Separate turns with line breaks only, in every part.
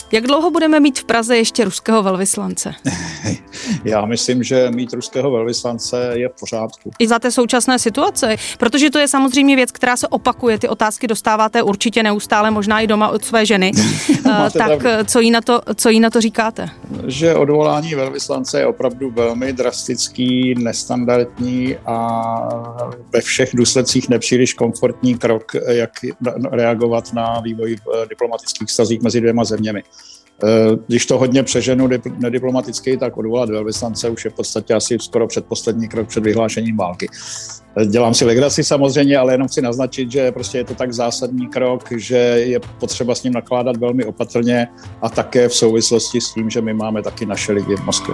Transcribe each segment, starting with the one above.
Jak dlouho budeme mít v Praze ještě ruského velvyslance?
Já myslím, že mít ruského velvyslance je v pořádku.
I za té současné situace, protože to je samozřejmě věc, která se opakuje. Ty otázky dostáváte určitě neustále, možná i doma od své ženy. Tak co jí na to říkáte?
Že odvolání velvyslance je opravdu velmi drastický, nestandardní a ve všech důsledcích nepříliš komfortní krok, jak reagovat na vývoj v diplomatických vztazích mezi dvěma zeměmi. Když to hodně přeženu nediplomaticky, tak odvolat velvyslance už je v podstatě asi skoro předposlední krok před vyhlášením války. Dělám si legraci samozřejmě, ale jenom chci naznačit, že prostě je to tak zásadní krok, že je potřeba s ním nakládat velmi opatrně a také v souvislosti s tím, že my máme taky naše lidi v Moskvě.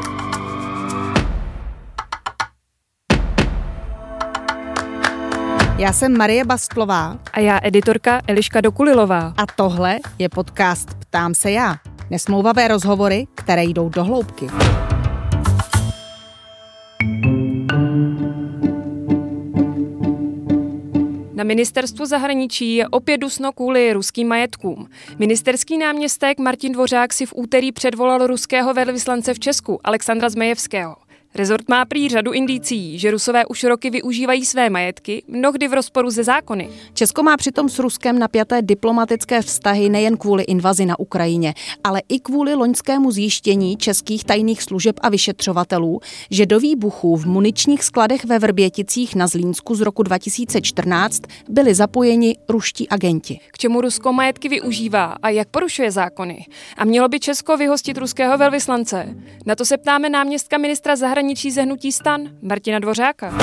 Já jsem Marie Bastlová.
A já editorka Eliška Dokulilová.
A tohle je podcast Ptám se já. Nesmlouvavé rozhovory, které jdou do hloubky.
Na ministerstvu zahraničí je opět dusno kvůli ruským majetkům. Ministerský náměstek Martin Dvořák si v úterý předvolal ruského velvyslance v Česku Alexandra Zmejevského. Rezort má prý řadu indicií, že Rusové už roky využívají své majetky, mnohdy v rozporu se zákony.
Česko má přitom s Ruskem napjaté diplomatické vztahy nejen kvůli invazi na Ukrajině, ale i kvůli loňskému zjištění českých tajných služeb a vyšetřovatelů, že do výbuchů v muničních skladech ve Vrběticích na Zlínsku z roku 2014 byli zapojeni ruští agenti.
K čemu Rusko majetky využívá a jak porušuje zákony? A mělo by Česko vyhostit ruského velvyslance? Na to se ptáme náměstka ministra zahraničí ze hnutí STAN Martina Dvořáka.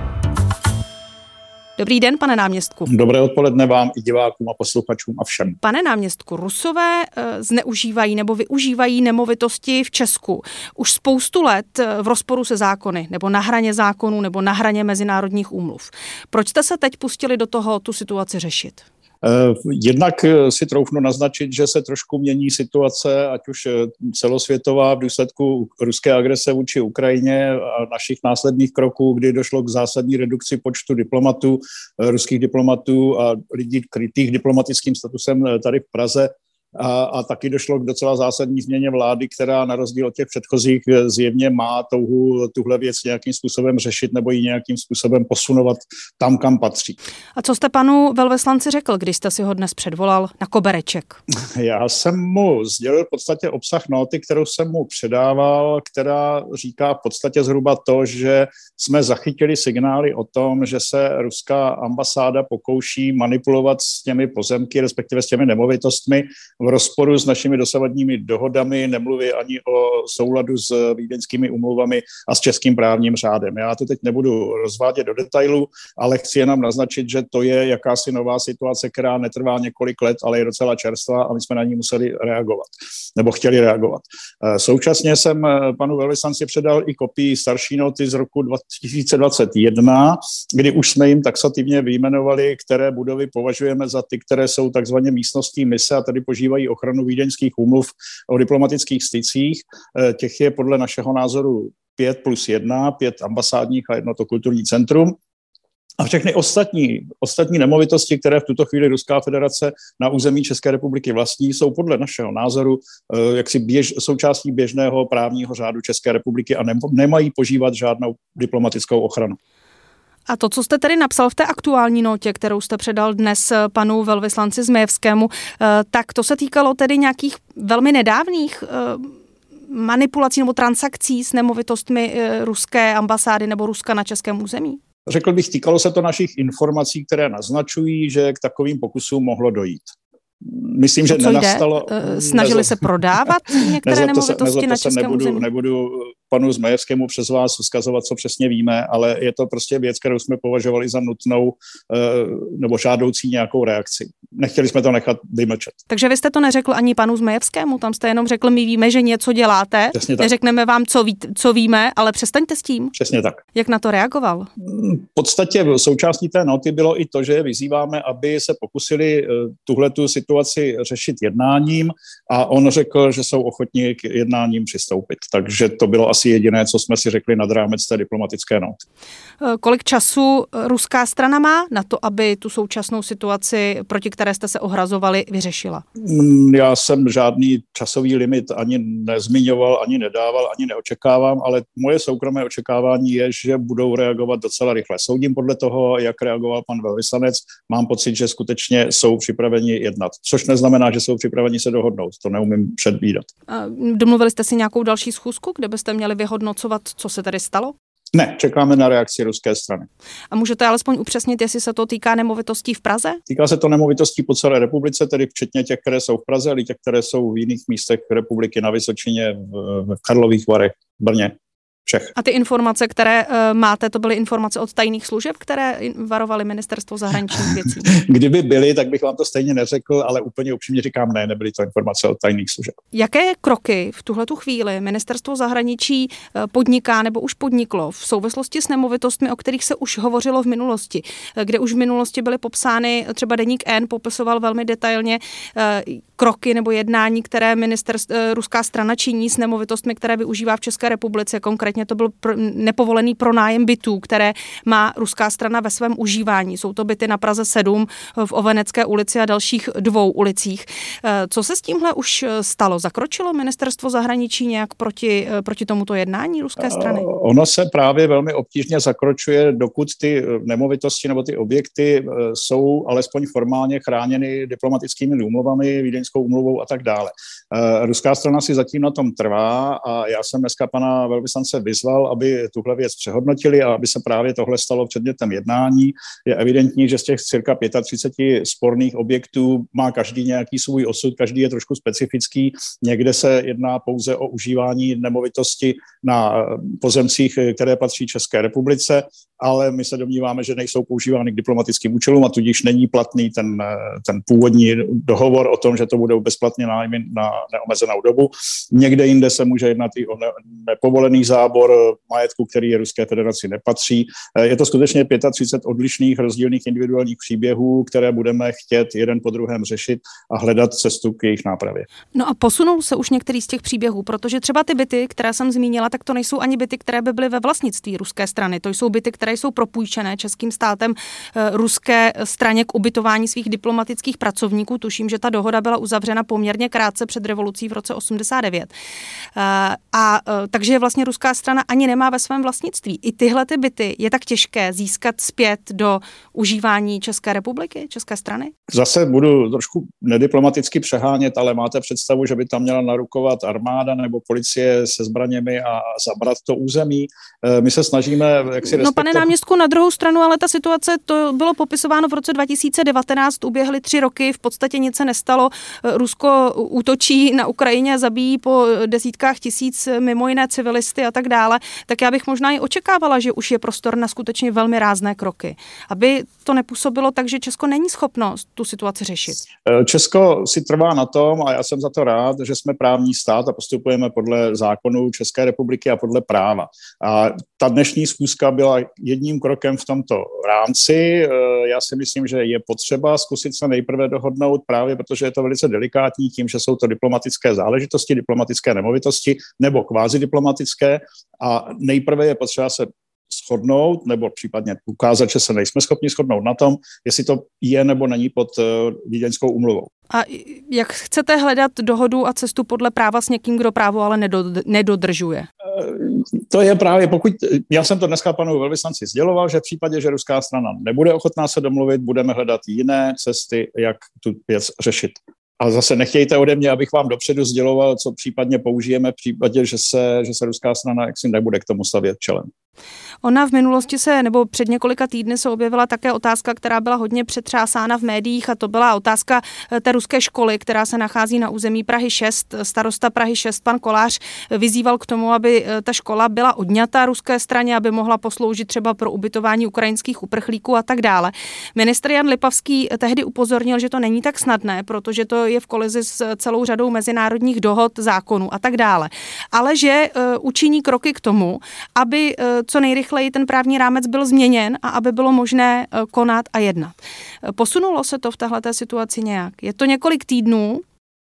Dobrý den, pane náměstku.
Dobré odpoledne vám i divákům a posluchačům a všem.
Pane náměstku, Rusové zneužívají nebo využívají nemovitosti v Česku už spoustu let v rozporu se zákony, nebo na hraně zákonů, nebo na hraně mezinárodních úmluv. Proč jste se teď pustili do toho tu situaci řešit?
Jednak si troufnu naznačit, že se trošku mění situace, ať už celosvětová v důsledku ruské agrese vůči Ukrajině a našich následných kroků, kdy došlo k zásadní redukci počtu diplomatů, ruských diplomatů a lidí krytých diplomatickým statusem tady v Praze. A taky došlo k docela zásadní změně vlády, která na rozdíl od těch předchozích zjevně má touhu tuhle věc nějakým způsobem řešit nebo ji nějakým způsobem posunovat tam, kam patří.
A co jste panu velvyslanci řekl, když jste si ho dnes předvolal na kobereček?
Já jsem mu sdělil v podstatě obsah nóty, kterou jsem mu předával, která říká v podstatě zhruba to, že jsme zachytili signály o tom, že se ruská ambasáda pokouší manipulovat s těmi pozemky, respektive s těmi nemovitostmi v rozporu s našimi dosavadními dohodami, nemluví ani o souladu s vídeňskými úmluvami a s českým právním řádem. Já to teď nebudu rozvádět do detailu, ale chci jenom naznačit, že to je jakási nová situace, která netrvá několik let, ale je docela čerstvá a my jsme na ní museli reagovat, nebo chtěli reagovat. Současně jsem panu velvyslanci předal i kopii starší noty z roku 2021, kdy už jsme jim taxativně vyjmenovali, které budovy považujeme za ty, které jsou takzvaně místností mise a tady požívají ochranu vídeňských úmluv o diplomatických stycích. Těch je podle našeho názoru 5+1, 5 ambasádních a jedno to kulturní centrum. A všechny ostatní nemovitosti, které v tuto chvíli Ruská federace na území České republiky vlastní, jsou podle našeho názoru součástí běžného právního řádu České republiky a nemají požívat žádnou diplomatickou ochranu.
A to, co jste tedy napsal v té aktuální notě, kterou jste předal dnes panu velvyslanci Zmejevskému, tak to se týkalo tedy nějakých velmi nedávných manipulací nebo transakcí s nemovitostmi ruské ambasády nebo Ruska na českém území?
Řekl bych, týkalo se to našich informací, které naznačují, že k takovým pokusům mohlo dojít. Myslím, že nenastalo...
Snažili se prodávat některé nemovitosti na českém území?
Nebudu panu Zmejevskému přes vás vzkazovat, co přesně víme, ale je to prostě věc, kterou jsme považovali za nutnou nebo žádoucí nějakou reakci. Nechtěli jsme to nechat vymlčet.
Takže vy jste to neřekl ani panu Zmejevskému, tam jste jenom řekl, my víme, že něco děláte, neřekneme vám, co víme, ale přestaňte s tím.
Přesně tak.
Jak na to reagoval?
V podstatě součástí té noty bylo i to, že vyzýváme, aby se pokusili tuhletu situaci řešit jednáním a on řekl, že jsou ochotní k jednáním přistoupit. Takže to bylo asi jediné, co jsme si řekli nad rámec té diplomatické noty.
Kolik času ruská strana má na to, aby tu současnou situaci, proti které jste se ohrazovali, vyřešila?
Já jsem žádný časový limit ani nezmiňoval, ani nedával, ani neočekávám, ale moje soukromé očekávání je, že budou reagovat docela rychle. Soudím podle toho, jak reagoval pan velvyslanec. Mám pocit, že skutečně jsou připraveni jednat, což neznamená, že jsou připraveni se dohodnout. To neumím předvídat.
Domluvili jste si nějakou další schůzku, kde byste měli vyhodnocovat, co se tady stalo?
Ne, čekáme na reakci ruské strany.
A můžete alespoň upřesnit, jestli se to týká nemovitostí v Praze?
Týká se to nemovitostí po celé republice, tedy včetně těch, které jsou v Praze, ale těch, které jsou v jiných místech republiky, na Vysočině, v Karlových Varech, Brně. Všech.
A ty informace, které máte, to byly informace od tajných služeb, které varovaly Ministerstvo zahraničních věcí?
Kdyby byly, tak bych vám to stejně neřekl, ale úplně upřímně říkám, ne, nebyly to informace od tajných služeb.
Jaké kroky v tuhletu chvíli Ministerstvo zahraničí podniká nebo už podniklo v souvislosti s nemovitostmi, o kterých se už hovořilo v minulosti, kde už v minulosti byly popsány, třeba deník N popisoval velmi detailně kroky nebo jednání, které ruská strana činí s nemovitostmi, které využívá v České republice. Konkrétně to byl nepovolený pronájem bytů, které má ruská strana ve svém užívání. Jsou to byty na Praze 7, v Ovenecké ulici a dalších 2 ulicích. Co se s tímhle už stalo? Zakročilo Ministerstvo zahraničí nějak proti tomuto jednání ruské strany?
Ono se právě velmi obtížně zakročuje, dokud ty nemovitosti nebo ty objekty jsou alespoň formálně chráněny diplomatickými úmluvami, Vídeňskou úmluvou a tak dále. Ruská strana si zatím na tom trvá a já jsem dneska pana velvyslance vyzval, aby tuhle věc přehodnotili a aby se právě tohle stalo předmětem jednání. Je evidentní, že z těch cirka 35 sporných objektů má každý nějaký svůj osud, každý je trošku specifický. Někde se jedná pouze o užívání nemovitosti na pozemcích, které patří České republice, ale my se domníváme, že nejsou používány k diplomatickým účelům a tudíž není platný ten původní dohovor o tom, že to budou bezplatně nájmy na neomezenou dobu. Někde jinde se může jednat i o nepovolený zábor majetku, který je Ruské federaci nepatří. Je to skutečně 35 odlišných rozdílných individuálních příběhů, které budeme chtět jeden po druhém řešit a hledat cestu k jejich nápravě.
No a posunul se už některý z těch příběhů, protože třeba ty byty, které jsem zmínila, tak to nejsou ani byty, které by byly ve vlastnictví ruské strany. To jsou byty, které jsou propůjčené českým státem ruské straně k ubytování svých diplomatických pracovníků. Tuším, že ta dohoda byla uzavřena poměrně krátce před revolucí v roce 89. Takže vlastně ruská strana ani nemá ve svém vlastnictví. I tyhle ty byty je tak těžké získat zpět do užívání České republiky, české strany?
Zase budu trošku nediplomaticky přehánět, ale máte představu, že by tam měla narukovat armáda nebo policie se zbraněmi a zabrat to území? My se snažíme
No pane náměstku, na druhou stranu, ale ta situace, to bylo popisováno v roce 2019, uběhly 3 roky, v podstatě nic se nestalo. Rusko útočí na Ukrajině, zabíjí po desítkách tisíc mimo jiné civilisty a tak dále. Tak já bych možná i očekávala, že už je prostor na skutečně velmi rázné kroky. Aby to nepůsobilo tak, že Česko není schopno tu situaci řešit.
Česko si trvá na tom, a já jsem za to rád, že jsme právní stát a postupujeme podle zákonů České republiky a podle práva. A ta dnešní schůzka byla jedním krokem v tomto rámci. Já si myslím, že je potřeba zkusit se nejprve dohodnout, právě protože je to velice delikátní tím, že jsou to diplomatické záležitosti, diplomatické nemovitosti nebo kvázi diplomatické a nejprve je potřeba se shodnout nebo případně ukázat, že se nejsme schopni shodnout na tom, jestli to je nebo není pod Vídeňskou úmluvou.
A jak chcete hledat dohodu a cestu podle práva s někým, kdo právo ale nedodržuje?
To je právě, já jsem to dneska panu velvyslanci sděloval, že v případě, že ruská strana nebude ochotná se domluvit, budeme hledat jiné cesty, jak tu věc řešit. A zase nechtějte ode mě, abych vám dopředu sděloval, co případně použijeme v případě, že se ruská strana jaksi nebude k tomu stavět čelem.
Ona v minulosti nebo před několika týdny se objevila také otázka, která byla hodně přetřásána v médiích, a to byla otázka té ruské školy, která se nachází na území Prahy 6. Starosta Prahy 6, pan Kolář, vyzýval k tomu, aby ta škola byla odňata ruské straně, aby mohla posloužit třeba pro ubytování ukrajinských uprchlíků a tak dále. Ministr Jan Lipavský tehdy upozornil, že to není tak snadné, protože to je v kolizi s celou řadou mezinárodních dohod, zákonů a tak dále. Ale že učiní kroky k tomu, aby co nejrychleji ten právní rámec byl změněn a aby bylo možné konat a jednat. Posunulo se to v téhleté situaci nějak? Je to několik týdnů,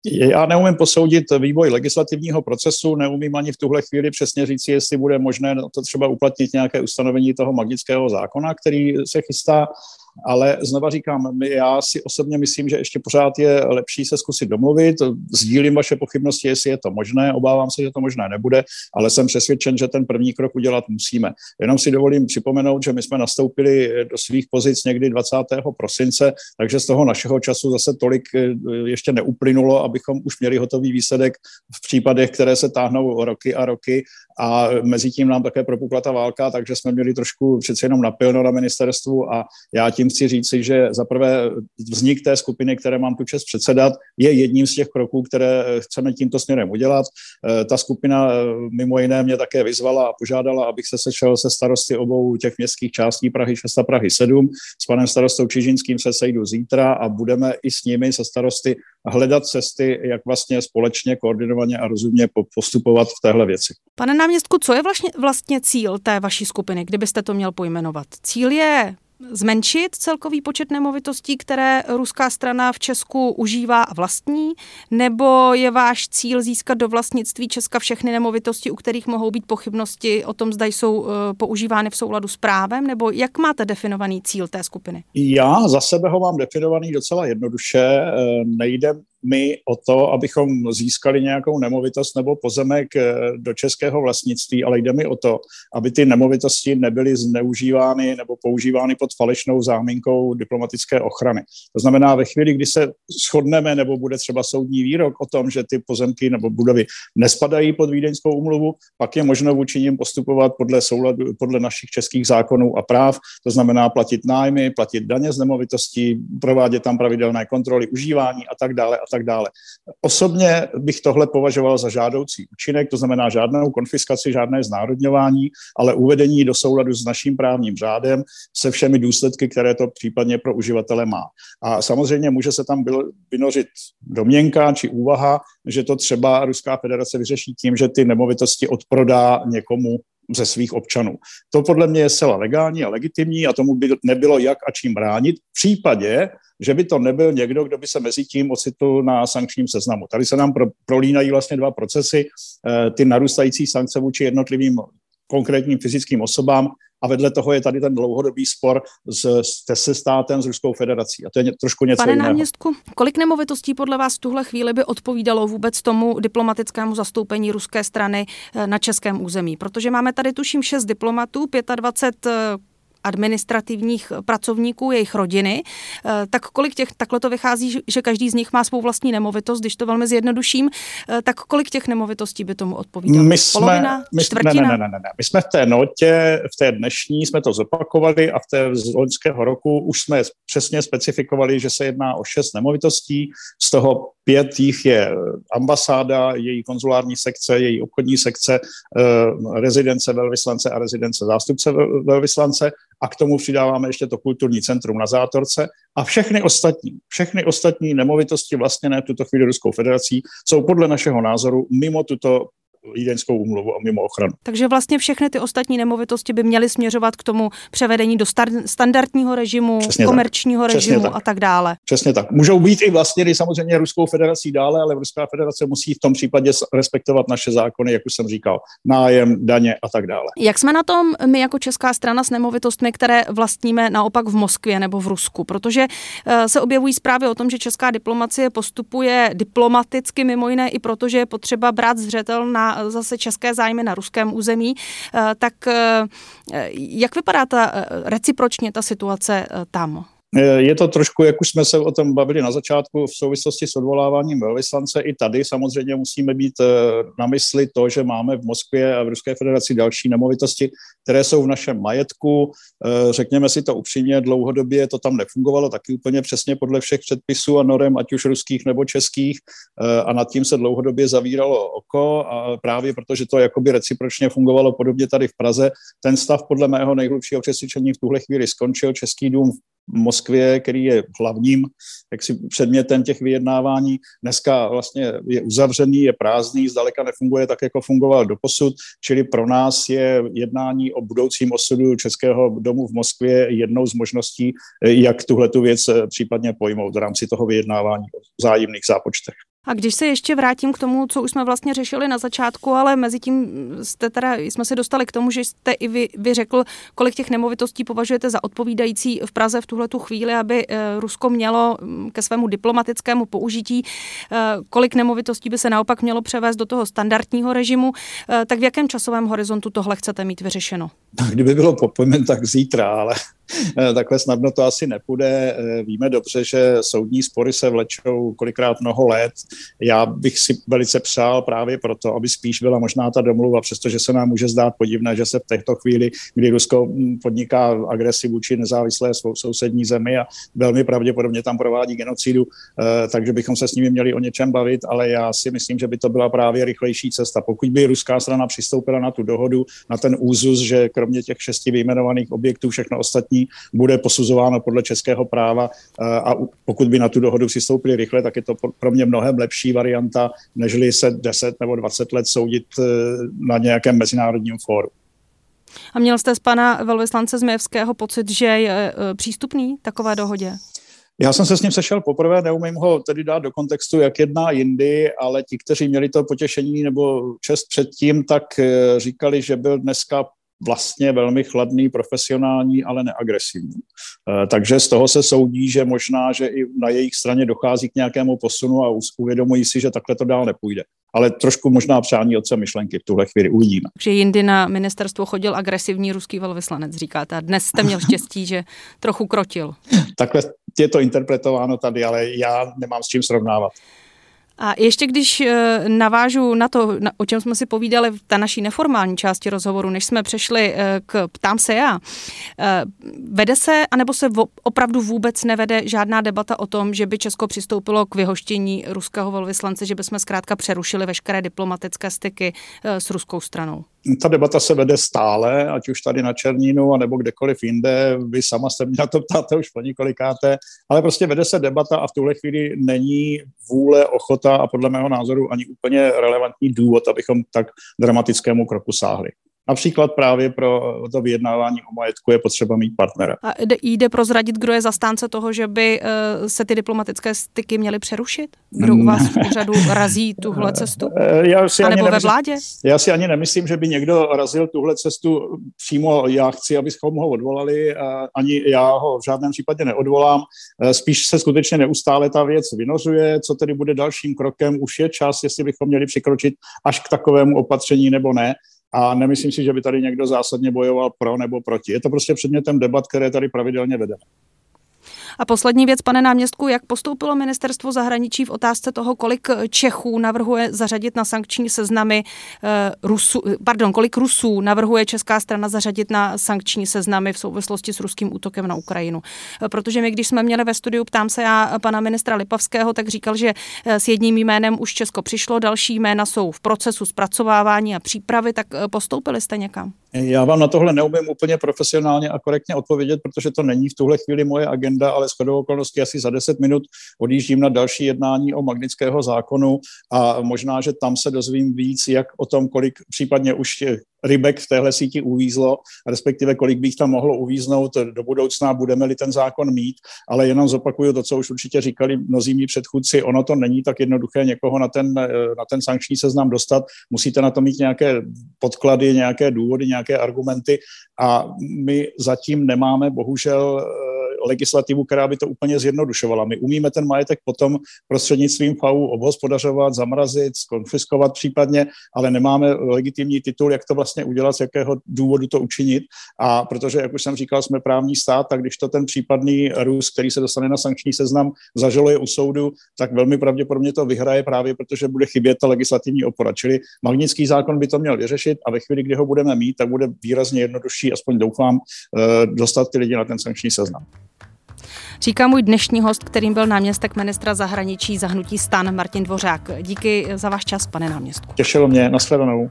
Já neumím posoudit vývoj legislativního procesu, neumím ani v tuhle chvíli přesně říct, jestli bude možné to třeba uplatnit nějaké ustanovení toho Magnitského zákona, který se chystá, ale znova říkám, já si osobně myslím, že ještě pořád je lepší se zkusit domluvit. Sdílím vaše pochybnosti, jestli je to možné, obávám se, že to možné nebude, ale jsem přesvědčen, že ten první krok udělat musíme. Jenom si dovolím připomenout, že my jsme nastoupili do svých pozic někdy 20. prosince, takže z toho našeho času zase tolik ještě neuplynulo, abychom už měli hotový výsledek v případech, které se táhnou roky a roky, a mezi tím nám také propukla ta válka, takže jsme měli trošku přece jenom napilno na ministerstvu a já tím chci říci, že zaprvé vznik té skupiny, které mám tu čest předsedat, je jedním z těch kroků, které chceme tímto směrem udělat. Ta skupina mimo jiné mě také vyzvala a požádala, abych se sešel se starosty obou těch městských částí Prahy 6 a Prahy 7. S panem starostou Čižinským se sejdu zítra a budeme i s nimi, se starosty, hledat cesty, jak vlastně společně, koordinovaně a rozumně postupovat v téhle věci.
Pane náměstku, co je vlastně cíl té vaší skupiny, kdybyste to měl pojmenovat? Cíl je zmenšit celkový počet nemovitostí, které ruská strana v Česku užívá a vlastní, nebo je váš cíl získat do vlastnictví Česka všechny nemovitosti, u kterých mohou být pochybnosti o tom, zda jsou používány v souladu s právem, nebo jak máte definovaný cíl té skupiny?
Já za sebe ho mám definovaný docela jednoduše. Nejde mi o to, abychom získali nějakou nemovitost nebo pozemek do českého vlastnictví, ale jde mi o to, aby ty nemovitosti nebyly zneužívány nebo používány pod falešnou záminkou diplomatické ochrany. To znamená, ve chvíli, kdy se shodneme nebo bude třeba soudní výrok o tom, že ty pozemky nebo budovy nespadají pod Vídeňskou úmluvu, pak je možno vůči nim postupovat podle našich českých zákonů a práv. To znamená platit nájmy, platit daně z nemovitostí, provádět tam pravidelné kontroly užívání a tak dále. Osobně bych tohle považoval za žádoucí účinek, to znamená žádnou konfiskaci, žádné znárodňování, ale uvedení do souladu s naším právním řádem se všemi důsledky, které to případně pro uživatele má. A samozřejmě může se tam vynořit domněnka či úvaha, že to třeba Ruská federace vyřeší tím, že ty nemovitosti odprodá někomu ze svých občanů. To podle mě je zcela legální a legitimní a tomu by nebylo jak a čím bránit v případě, že by to nebyl někdo, kdo by se mezi tím ocitl na sankčním seznamu. Tady se nám prolínají vlastně dva procesy, ty narůstající sankce vůči jednotlivým konkrétním fyzickým osobám a vedle toho je tady ten dlouhodobý spor se státem, s Ruskou federací. A to je trošku něco jiného.
Pane náměstku, kolik nemovitostí podle vás v tuhle chvíli by odpovídalo vůbec tomu diplomatickému zastoupení ruské strany na českém území? Protože máme tady tuším 6 diplomatů, 25 administrativních pracovníků, jejich rodiny, tak kolik takhle to vychází, že každý z nich má svou vlastní nemovitost, když to velmi zjednoduším, tak kolik těch nemovitostí by tomu odpovídalo? Polovina? Čtvrtina?
Ne. My jsme v té notě, v té dnešní jsme to zopakovali a v té z loňského roku už jsme přesně specifikovali, že se jedná o 6 nemovitostí, z toho 5 jich je ambasáda, její konzulární sekce, její obchodní sekce, rezidence velvyslance a rezidence zástupce velvyslance a k tomu přidáváme ještě to kulturní centrum na Zátorce a všechny ostatní nemovitosti vlastněné v tuto chvíli Ruskou federací jsou podle našeho názoru mimo tuto Vídeňskou úmluvu a mimo ochranu.
Takže vlastně všechny ty ostatní nemovitosti by měly směřovat k tomu převedení do standardního režimu, komerčního režimu a tak dále.
Přesně tak. Můžou být i vlastněny samozřejmě Ruskou federací dále, ale Ruská federace musí v tom případě respektovat naše zákony, jak už jsem říkal, nájem, daně a tak dále.
Jak jsme na tom my jako česká strana s nemovitostmi, které vlastníme naopak v Moskvě nebo v Rusku? Protože se objevují zprávy o tom, že česká diplomacie postupuje diplomaticky mimo jiné i proto, že je potřeba brát zřetel na zase české zájmy na ruském území, tak jak vypadá recipročně ta situace tam?
Je to trošku, jak už jsme se o tom bavili na začátku, v souvislosti s odvoláváním velvyslance. I tady samozřejmě musíme být na mysli to, že máme v Moskvě a v Ruské federaci další nemovitosti, které jsou v našem majetku. Řekněme si to upřímně, dlouhodobě to tam nefungovalo taky úplně přesně podle všech předpisů a norem, ať už ruských nebo českých, a nad tím se dlouhodobě zavíralo oko a právě protože to jakoby recipročně fungovalo podobně tady v Praze, ten stav podle mého nejhlubšího přesvědčení v tuhle chvíli skončil. Český dům v Moskvě, který je hlavním předmětem těch vyjednávání, dneska vlastně je uzavřený, je prázdný, zdaleka nefunguje tak, jako fungoval doposud, čili pro nás je jednání o budoucím osudu Českého domu v Moskvě jednou z možností, jak tuhletu věc případně pojmout v rámci toho vyjednávání o vzájemných zápočtech.
A když se ještě vrátím k tomu, co už jsme vlastně řešili na začátku, ale mezi tím jsme se dostali k tomu, že jste i vy řekl, kolik těch nemovitostí považujete za odpovídající v Praze v tuhletu chvíli, aby Rusko mělo ke svému diplomatickému použití, kolik nemovitostí by se naopak mělo převést do toho standardního režimu, tak v jakém časovém horizontu tohle chcete mít vyřešeno?
Kdyby bylo popomen, tak zítra, ale takhle snadno to asi nepůjde. Víme dobře, že soudní spory se vlečou kolikrát mnoho let. Já bych si velice přál právě proto, aby spíš byla možná ta domluva, přestože se nám může zdát podivné, že se v této chvíli, kdy Rusko podniká agresi vůči nezávislé sousední zemi a velmi pravděpodobně tam provádí genocidu, takže bychom se s nimi měli o něčem bavit, ale já si myslím, že by to byla právě rychlejší cesta. Pokud by ruská strana přistoupila na tu dohodu, na ten úzus, že kromě těch 6 vyjmenovaných objektů všechno ostatní bude posuzováno podle českého práva a pokud by na tu dohodu přistoupili rychle, tak je to pro mě mnohem lepší varianta, nežli se 10 nebo 20 let soudit na nějakém mezinárodním fóru.
A měl jste z pana velvyslance Zmejevského pocit, že je přístupný takové dohodě?
Já jsem se s ním sešel poprvé, neumím ho tedy dát do kontextu, jak jedná jindy, ale ti, kteří měli to potěšení nebo čest předtím, tak říkali, že byl dneska vlastně velmi chladný, profesionální, ale neagresivní. Takže z toho se soudí, že možná, že i na jejich straně dochází k nějakému posunu a uvědomují si, že takhle to dál nepůjde. Ale trošku možná přání otce myšlenky v tuhle chvíli uvidíme.
Že jindy na ministerstvo chodil agresivní ruský velvyslanec, říkáte. A dnes jste měl štěstí, že trochu krotil.
Takhle je to interpretováno tady, ale já nemám s čím srovnávat.
A ještě když navážu na to, o čem jsme si povídali v té naší neformální části rozhovoru, než jsme přešli k Ptám se já, vede se, anebo se opravdu vůbec nevede žádná debata o tom, že by Česko přistoupilo k vyhoštění ruského velvyslance, že bychom zkrátka přerušili veškeré diplomatické styky s ruskou stranou?
Ta debata se vede stále, ať už tady na Černínu, anebo kdekoliv jinde. Vy sama jste mě na to ptáte už po několikáté, ale prostě vede se debata a v tuhle chvíli není vůle, ochota a podle mého názoru ani úplně relevantní důvod, abychom tak dramatickému kroku sáhli. Například právě pro to vyjednávání o majetku je potřeba mít partnera. A
jde prozradit, kdo je zastánce toho, že by se ty diplomatické styky měly přerušit? Kdo u vás v úřadu razí tuhle cestu? A nebo ve vládě?
Já si ani nemyslím, že by někdo razil tuhle cestu přímo. Já chci, abychom ho odvolali. Ani já ho v žádném případě neodvolám. Spíš se skutečně neustále ta věc vynořuje. Co tedy bude dalším krokem? Už je čas, jestli bychom měli přikročit až k takovému opatření nebo ne. A nemyslím si, že by tady někdo zásadně bojoval pro nebo proti. Je to prostě předmětem debat, které tady pravidelně vedeme.
A poslední věc, pane náměstku, jak postoupilo ministerstvo zahraničí v otázce toho, kolik Čechů navrhuje zařadit na sankční seznamy kolik Rusů navrhuje česká strana zařadit na sankční seznamy v souvislosti s ruským útokem na Ukrajinu. Protože my, když jsme měli ve studiu Ptám se já pana ministra Lipavského, tak říkal, že s jedním jménem už Česko přišlo, další jména jsou v procesu zpracovávání a přípravy, tak postoupili jste někam?
Já vám na tohle neumím úplně profesionálně a korektně odpovědět, protože to není v tuhle chvíli moje agenda, ale shodou okolností asi za 10 minut odjíždím na další jednání o Magnitského zákonu a možná, že tam se dozvím víc, jak o tom, kolik případně už rybek v téhle síti uvízlo, respektive kolik bych tam mohlo uvíznout do budoucna, budeme-li ten zákon mít, ale jenom zopakuju to, co už určitě říkali mnozí mí předchůdci, ono to není tak jednoduché někoho na ten sankční seznam dostat, musíte na to mít nějaké podklady, nějaké důvody, nějaké argumenty a my zatím nemáme bohužel legislativu, která by to úplně zjednodušovala. My umíme ten majetek potom prostřednictvím FAÚ obhospodařovat, zamrazit, konfiskovat případně, ale nemáme legitimní titul, jak to vlastně udělat, z jakého důvodu to učinit. A protože, jak už jsem říkal, jsme právní stát, tak když to ten případný Rus, který se dostane na sankční seznam, zažaluje u soudu, tak velmi pravděpodobně to vyhraje právě, protože bude chybět ta legislativní opora. Čili Magnitský zákon by to měl vyřešit a ve chvíli, kdy ho budeme mít, tak bude výrazně jednodušší, aspoň doufám, dostat ty lidi na ten sankční seznam.
Říká můj dnešní host, kterým byl náměstek ministra zahraničí za hnutí STAN Martin Dvořák. Díky za váš čas, pane náměstku.
Těšilo mě, nashledanou.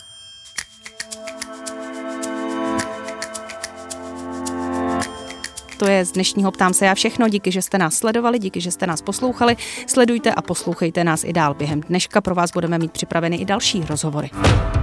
To je z dnešního Ptám se já všechno. Díky, že jste nás sledovali, díky, že jste nás poslouchali. Sledujte a poslouchejte nás i dál. Během dneška pro vás budeme mít připraveny i další rozhovory.